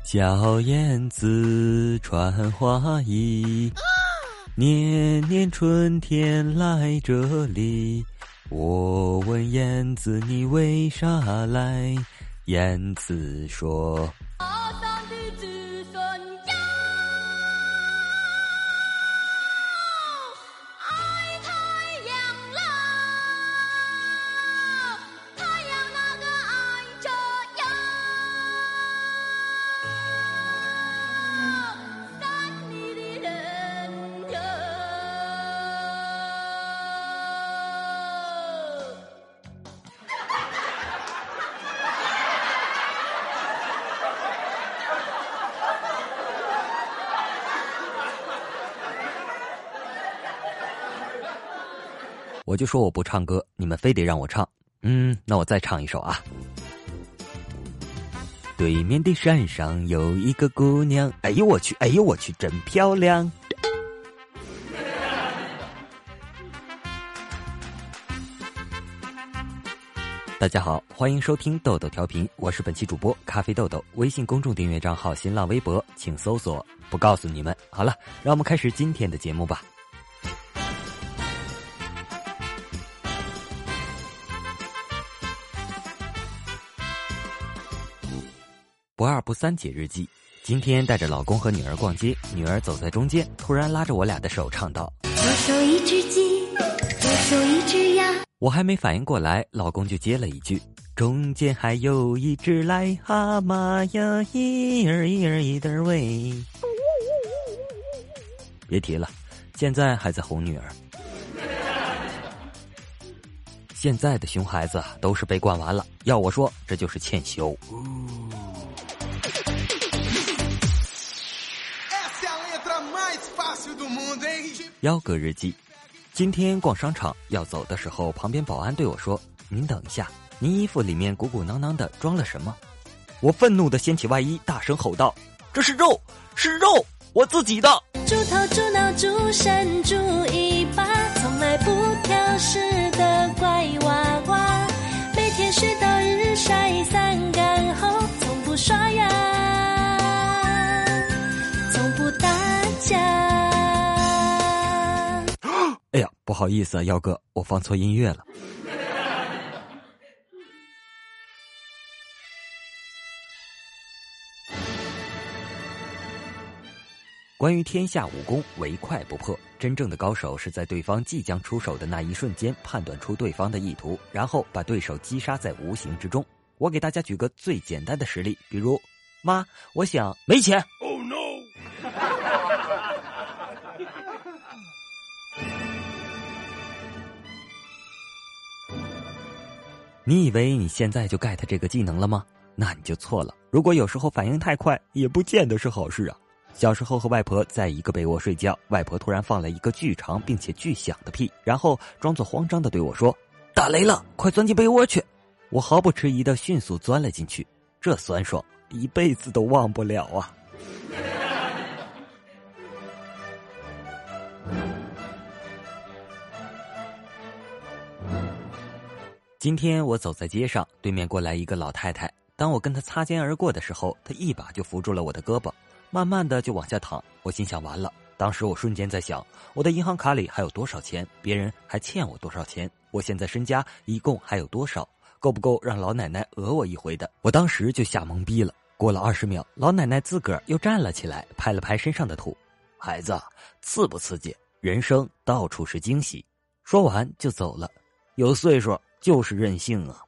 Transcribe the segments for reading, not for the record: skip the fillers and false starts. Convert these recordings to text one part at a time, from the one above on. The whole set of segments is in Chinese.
小燕子穿花衣，年年春天来这里。我问燕子你为啥来？燕子说阿三的子孙呀，爱太阳啦，太阳那个爱这样，山里的人呀。 我就说我不唱歌，你们非得让我唱。那我再唱一首啊。对面的山上有一个姑娘，哎呦我去，哎呦我去，真漂亮。大家好，欢迎收听豆豆调频，我是本期主播咖啡豆豆，微信公众订阅账号新浪微博请搜索不告诉你们。好了，让我们开始今天的节目吧。不二不三姐日记，今天带着老公和女儿逛街，女儿走在中间，突然拉着我俩的手唱道： 左手一只鸡，右手一只鸭。 我还没反应过来，老公就接了一句：中间还有一只癞蛤蟆呀，一儿一儿一得喂。别提了，现在还在哄女儿。现在的熊孩子都是被惯完了，要我说这就是欠修。幺哥日记，今天逛商场要走的时候，旁边保安对我说：您等一下，您衣服里面鼓鼓囊囊的装了什么？我愤怒地掀起外衣，大声吼道：这是肉，是肉，我自己的。 猪头猪脑猪身猪尾巴，从来不挑食的乖娃娃，每天睡到日晒三竿后，从不刷牙，从不打架。 哎呀，不好意思啊，幺哥，我放错音乐了。关于天下武功，唯快不破。真正的高手是在对方即将出手的那一瞬间判断出对方的意图，然后把对手击杀在无形之中。我给大家举个最简单的实例，比如，妈，我想没钱。Oh no！ 你以为你现在就 get 这个技能了吗？那你就错了。如果有时候反应太快，也不见得是好事啊。小时候和外婆在一个被窝睡觉，外婆突然放了一个巨长并且巨响的屁，然后装作慌张地对我说：打雷了，快钻进被窝去。我毫不迟疑地迅速钻了进去，这酸爽一辈子都忘不了啊。今天我走在街上，对面过来一个老太太，当我跟她擦肩而过的时候，她一把就扶住了我的胳膊，慢慢的就往下躺。我心想完了，当时我瞬间在想，我的银行卡里还有多少钱，别人还欠我多少钱，我现在身家一共还有多少，够不够让老奶奶讹我一回的。我当时就吓懵逼了。过了20秒，老奶奶自个儿又站了起来，拍了拍身上的土，孩子，刺不刺激？人生到处是惊喜。说完就走了。有岁数就是任性啊。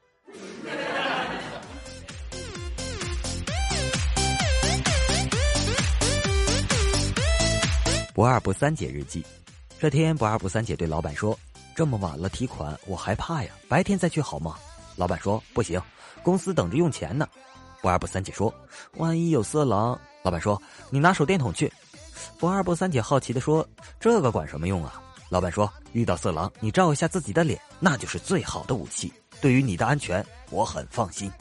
不二不三姐日记，这天不二不三姐对老板说：这么晚了提款我害怕呀，白天再去好吗？老板说：不行，公司等着用钱呢。不二不三姐说：万一有色狼？老板说：你拿手电筒去。不二不三姐好奇地说：这个管什么用啊？老板说：遇到色狼你照一下自己的脸，那就是最好的武器，对于你的安全我很放心。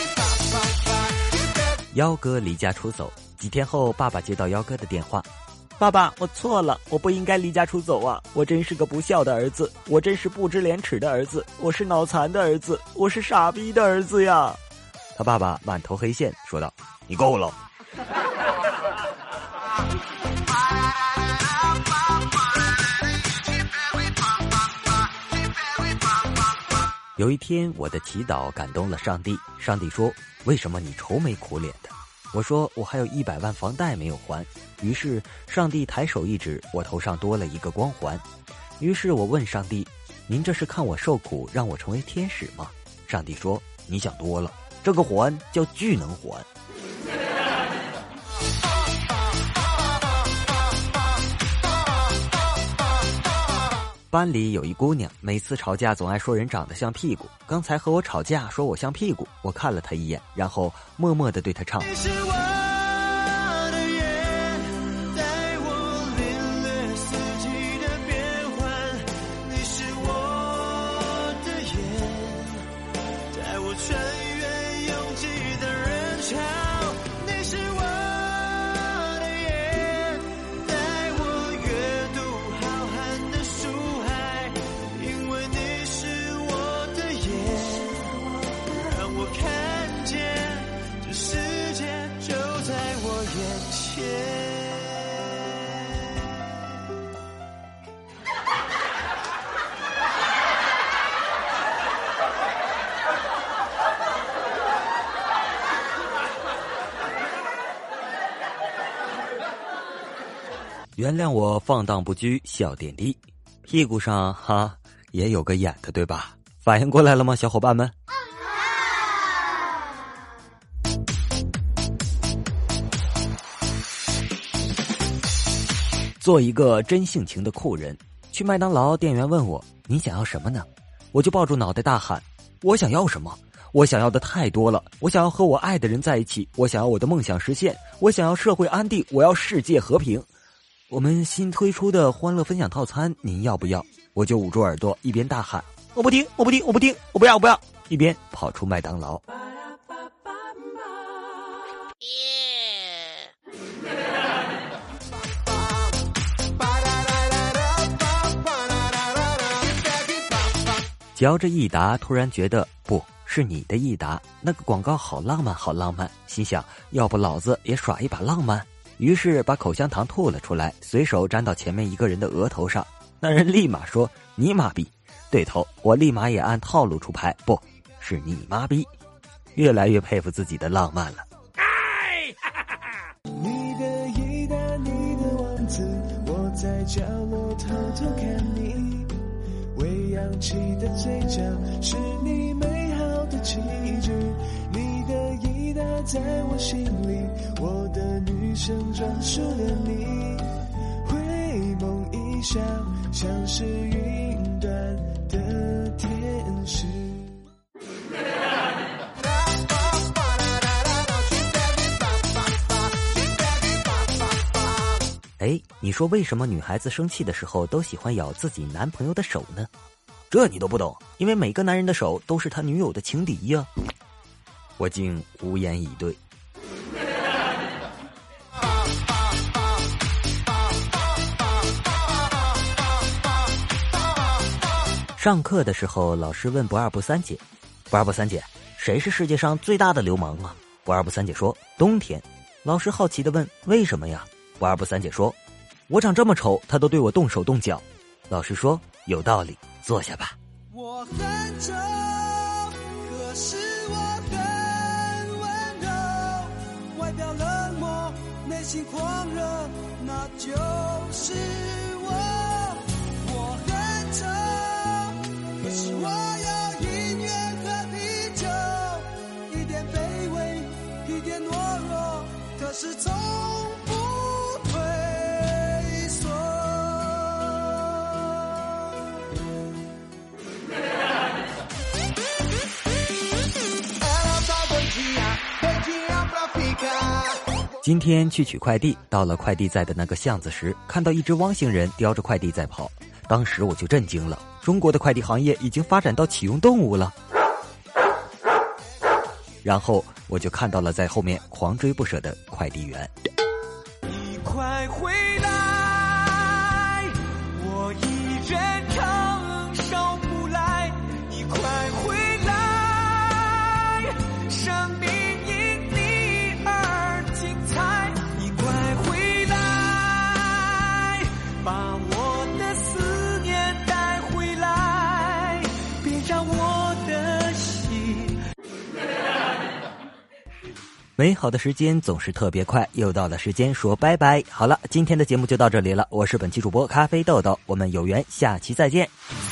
幺哥离家出走，几天后爸爸接到幺哥的电话： 爸爸，我错了，我不应该离家出走啊！我真是个不孝的儿子，我真是不知廉耻的儿子，我是脑残的儿子，我是傻逼的儿子呀！他爸爸满头黑线，说道：“你够了。”有一天，我的祈祷感动了上帝，上帝说：“为什么你愁眉苦脸的？”我说：“我还有100万房贷没有还。”于是上帝抬手一指，我头上多了一个光环。于是我问上帝：“您这是看我受苦，让我成为天使吗？”上帝说：“你想多了，这个环叫巨能环。”班里有一姑娘，每次吵架总爱说人长得像屁股。刚才和我吵架，说我像屁股，我看了她一眼，然后默默地对她唱。原谅我放荡不拘，笑点低，屁股上哈也有个眼的，对吧？反应过来了吗，小伙伴们？做一个真性情的酷人，去麦当劳，店员问我：“你想要什么呢？”我就抱住脑袋大喊：“我想要什么？我想要的太多了！我想要和我爱的人在一起，我想要我的梦想实现，我想要社会安定，我要世界和平。我们新推出的欢乐分享套餐，您要不要？”我就捂住耳朵，一边大喊：“我不听，我不听，我不听，我不要，我不要！”一边跑出麦当劳。嚼着益达，突然觉得不是你的益达，那个广告好浪漫，好浪漫。心想，要不老子也耍一把浪漫。于是把口香糖吐了出来，随手粘到前面一个人的额头上。那人立马说：“你妈逼！”对头，我立马也按套路出牌，不是你妈逼。越来越佩服自己的浪漫了。 你的益达，你的王子，我在角落偷偷看你，微扬起的嘴角是你美好的气质。你的益达在我心里，我的女神专属的你，回眸一笑，像是云端的天使。 哎，你说为什么女孩子生气的时候都喜欢咬自己男朋友的手呢？这你都不懂，因为每个男人的手都是他女友的情敌呀。我竟无言以对。上课的时候，老师问不二不三姐：“不二不三姐，谁是世界上最大的流氓啊？”不二不三姐说：“冬天。”老师好奇地问：“为什么呀？”不二不三姐说：“我长这么丑，他都对我动手动脚。”老师说：“有道理，坐下吧。” 我很丑，可是我很温柔，外表冷漠，内心狂热，那就是我。我很丑，可是我有音乐和啤酒，一点卑微，一点懦弱，可是从不退缩。 今天去取快递，到了快递在的那个巷子时，看到一只汪星人叼着快递在跑，当时我就震惊了，中国的快递行业已经发展到启用动物了。然后我就看到了在后面狂追不舍的快递员。 你快回来！ 美好的时间总是特别快，又到了时间说拜拜。好了，今天的节目就到这里了，我是本期主播咖啡豆豆，我们有缘下期再见。